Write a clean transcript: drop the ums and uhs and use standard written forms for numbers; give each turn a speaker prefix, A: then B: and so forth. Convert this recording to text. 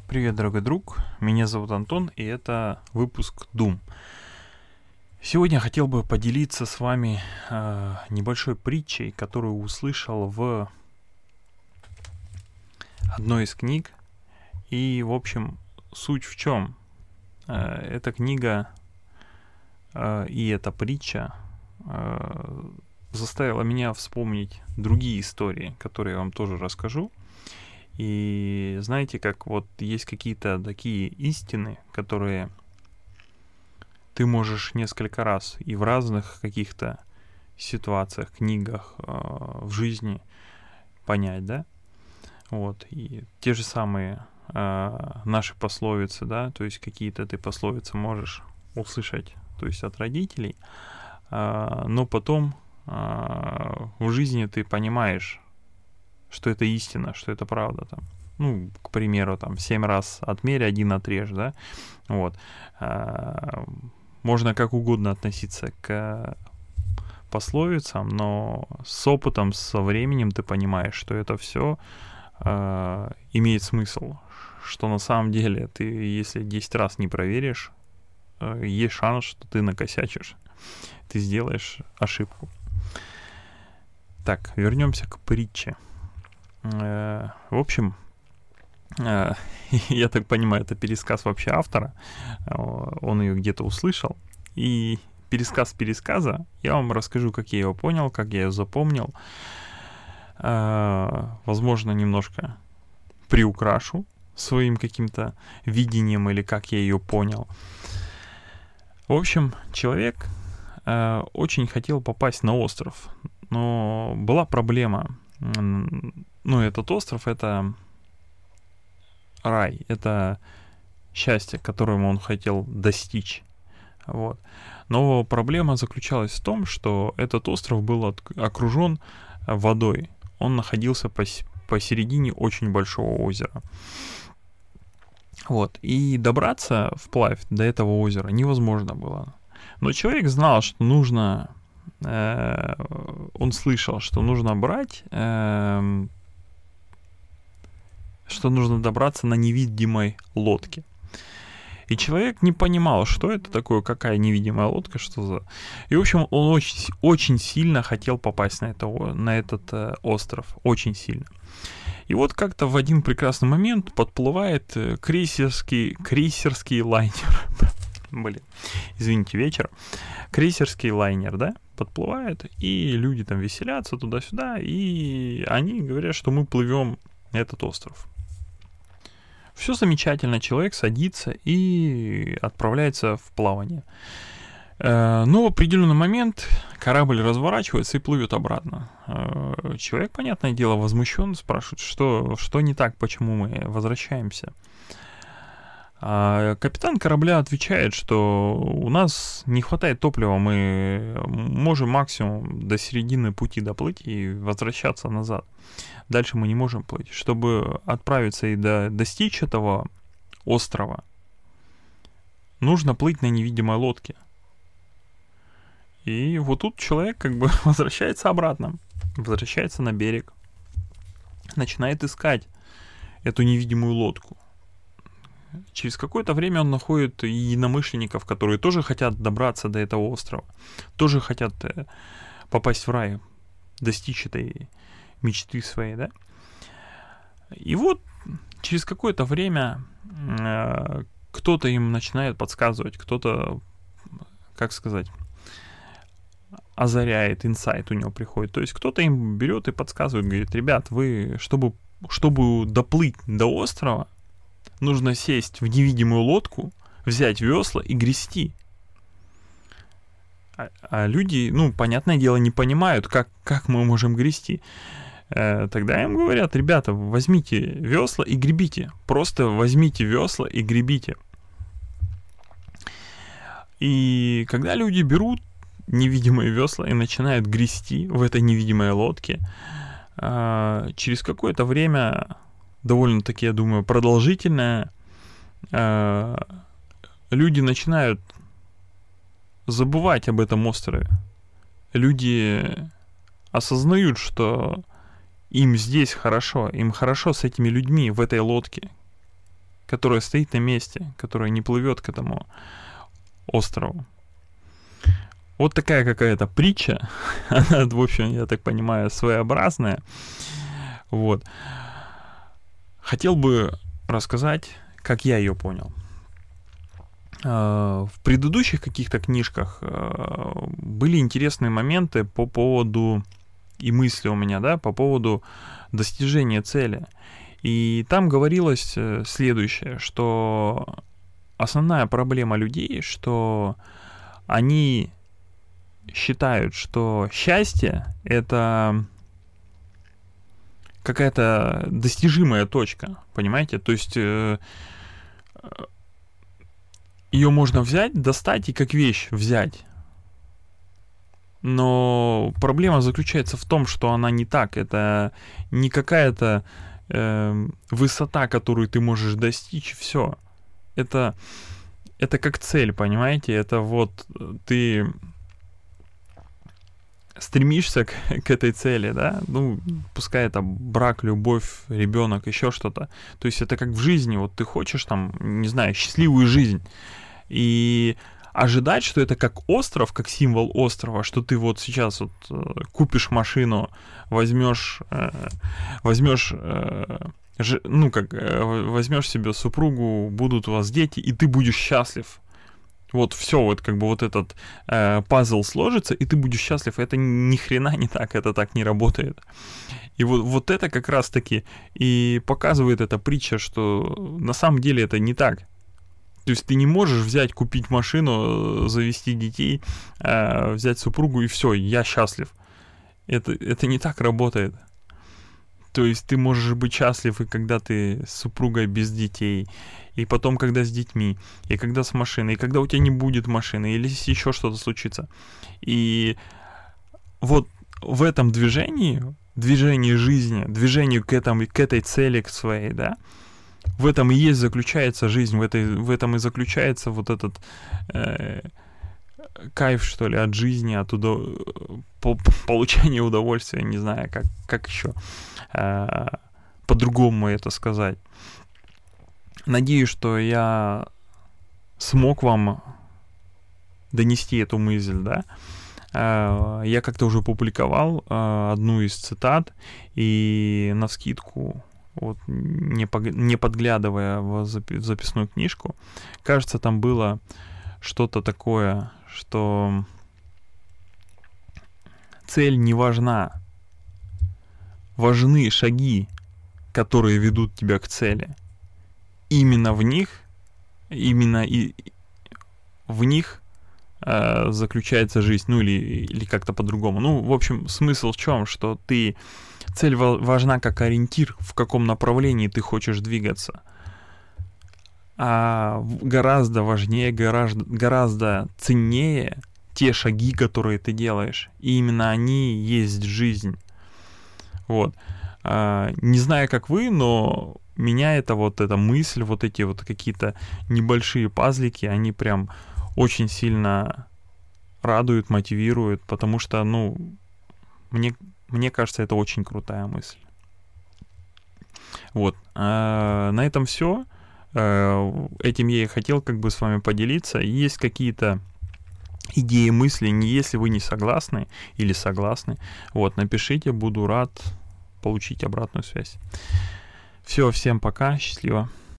A: Привет, дорогой друг, меня зовут Антон, и это выпуск Doom. Сегодня я хотел бы поделиться с вами небольшой притчей, которую услышал в одной из книг. И, в общем, суть в чем? Эта книга и эта притча заставила меня вспомнить другие истории, которые я вам тоже расскажу. И знаете, как вот есть какие-то такие истины, которые ты можешь несколько раз и в разных каких-то ситуациях, книгах, в жизни понять, да? Вот, и те же самые наши пословицы, да, то есть какие-то ты пословицы можешь услышать, то есть от родителей, но потом в жизни ты понимаешь, что это истина, что это правда, там, ну, к примеру, там, 7 раз отмерь, 1 отрежь, да, вот, можно как угодно относиться к пословицам, но с опытом, со временем ты понимаешь, что это все имеет смысл, что на самом деле ты, если 10 раз не проверишь, есть шанс, что ты накосячишь, ты сделаешь ошибку. Так, вернемся к притче. В общем, я так понимаю, это пересказ вообще автора. Он ее где-то услышал. И пересказ пересказа я вам расскажу, как я его понял, как я ее запомнил. Возможно, немножко приукрашу своим каким-то видением или как я ее понял. В общем, человек очень хотел попасть на остров, но была проблема. Ну, этот остров — это рай, это счастье, к которому он хотел достичь. Вот. Но проблема заключалась в том, что этот остров был окружен водой. Он находился посередине очень большого озера. Вот. И добраться вплавь до этого озера невозможно было. Но человек знал, что нужно... он слышал, что нужно брать... что нужно добраться на невидимой лодке. И человек не понимал, что это такое, какая невидимая лодка, что за... И, в общем, он очень, очень сильно хотел попасть на этот остров. Очень сильно. И вот как-то в один прекрасный момент подплывает крейсерский лайнер. Блин, извините, вечер. Крейсерский лайнер, да, подплывает, и люди там веселятся туда-сюда, и они говорят, что мы плывем на этот остров. Все замечательно, человек садится и отправляется в плавание. Но в определенный момент корабль разворачивается и плывет обратно. Человек, понятное дело, возмущен, спрашивает, что не так, почему мы возвращаемся. А капитан корабля отвечает, что у нас не хватает топлива, мы можем максимум до середины пути доплыть и возвращаться назад. Дальше мы не можем плыть. Чтобы отправиться и достичь этого острова, нужно плыть на невидимой лодке. И вот тут человек как бы возвращается обратно, возвращается на берег, начинает искать эту невидимую лодку. Через какое-то время он находит единомышленников, которые тоже хотят добраться до этого острова, тоже хотят попасть в рай, достичь этой мечты своей, да. И вот через какое-то время кто-то им начинает подсказывать, кто-то, как сказать, озаряет, инсайт у него приходит. То есть кто-то им берет и подсказывает, говорит: ребят, вы, чтобы доплыть до острова, нужно сесть в невидимую лодку, взять весла и грести. А люди, ну, понятное дело, не понимают, как мы можем грести. Тогда им говорят: ребята, возьмите весла и гребите. Просто возьмите весла и гребите. И когда люди берут невидимые весла и начинают грести в этой невидимой лодке, через какое-то время, довольно-таки, я думаю, продолжительное, люди начинают забывать об этом острове. Люди осознают, что им здесь хорошо, им хорошо с этими людьми в этой лодке, которая стоит на месте, которая не плывет к этому острову. Вот такая какая-то притча, она, в общем, я так понимаю, своеобразная. Вот. Хотел бы рассказать, как я ее понял. В предыдущих каких-то книжках были интересные моменты по поводу, и мысли у меня, да, по поводу достижения цели. И там говорилось следующее, что основная проблема людей, что они считают, что счастье — это какая-то достижимая точка, понимаете? То есть ее можно взять, достать и как вещь взять. Но проблема заключается в том, что она не так. Это не какая-то высота, которую ты можешь достичь, все. Это как цель, понимаете? Это вот ты стремишься к этой цели, да? Ну, пускай это брак, любовь, ребенок, еще что-то. То есть это как в жизни. Вот ты хочешь там, не знаю, счастливую жизнь. И ожидать, что это как остров, как символ острова, что ты вот сейчас вот купишь машину, возьмешь себе супругу, будут у вас дети, и ты будешь счастлив. Вот все, вот как бы вот этот пазл сложится, и ты будешь счастлив. Это ни хрена не так, это так не работает. И вот это как раз-таки и показывает эта притча, что на самом деле это не так. То есть ты не можешь взять, купить машину, завести детей, взять супругу и все, я счастлив. Это не так работает. То есть ты можешь быть счастлив и когда ты с супругой без детей, и потом, когда с детьми, и когда с машиной, и когда у тебя не будет машины, или еще что-то случится. И вот в этом движении жизни, движению к этой цели, к своей, да, в этом и есть заключается жизнь, в этом и заключается вот этот кайф, что ли, от жизни, от получения удовольствия, не знаю, как еще по-другому это сказать. Надеюсь, что я смог вам донести эту мысль, да. Я как-то уже публиковал одну из цитат, и навскидку, вот, не подглядывая в записную книжку, кажется, там было что-то такое, что цель не важна. Важны шаги, которые ведут тебя к цели. Именно в них заключается жизнь, ну или как-то по-другому. Ну, в общем, смысл в чем, что цель важна как ориентир, в каком направлении ты хочешь двигаться. А гораздо важнее, гораздо ценнее те шаги, которые ты делаешь. И именно они есть жизнь. Вот. Не знаю, как вы, но меня эта мысль, вот эти вот какие-то небольшие пазлики, они прям очень сильно радуют, мотивируют, потому что, ну, мне кажется, это очень крутая мысль. Вот. На этом все. Этим я и хотел как бы с вами поделиться. Есть какие-то идеи, мысли, если вы не согласны или согласны, вот, напишите, буду рад получить обратную связь. Все, всем пока, счастливо.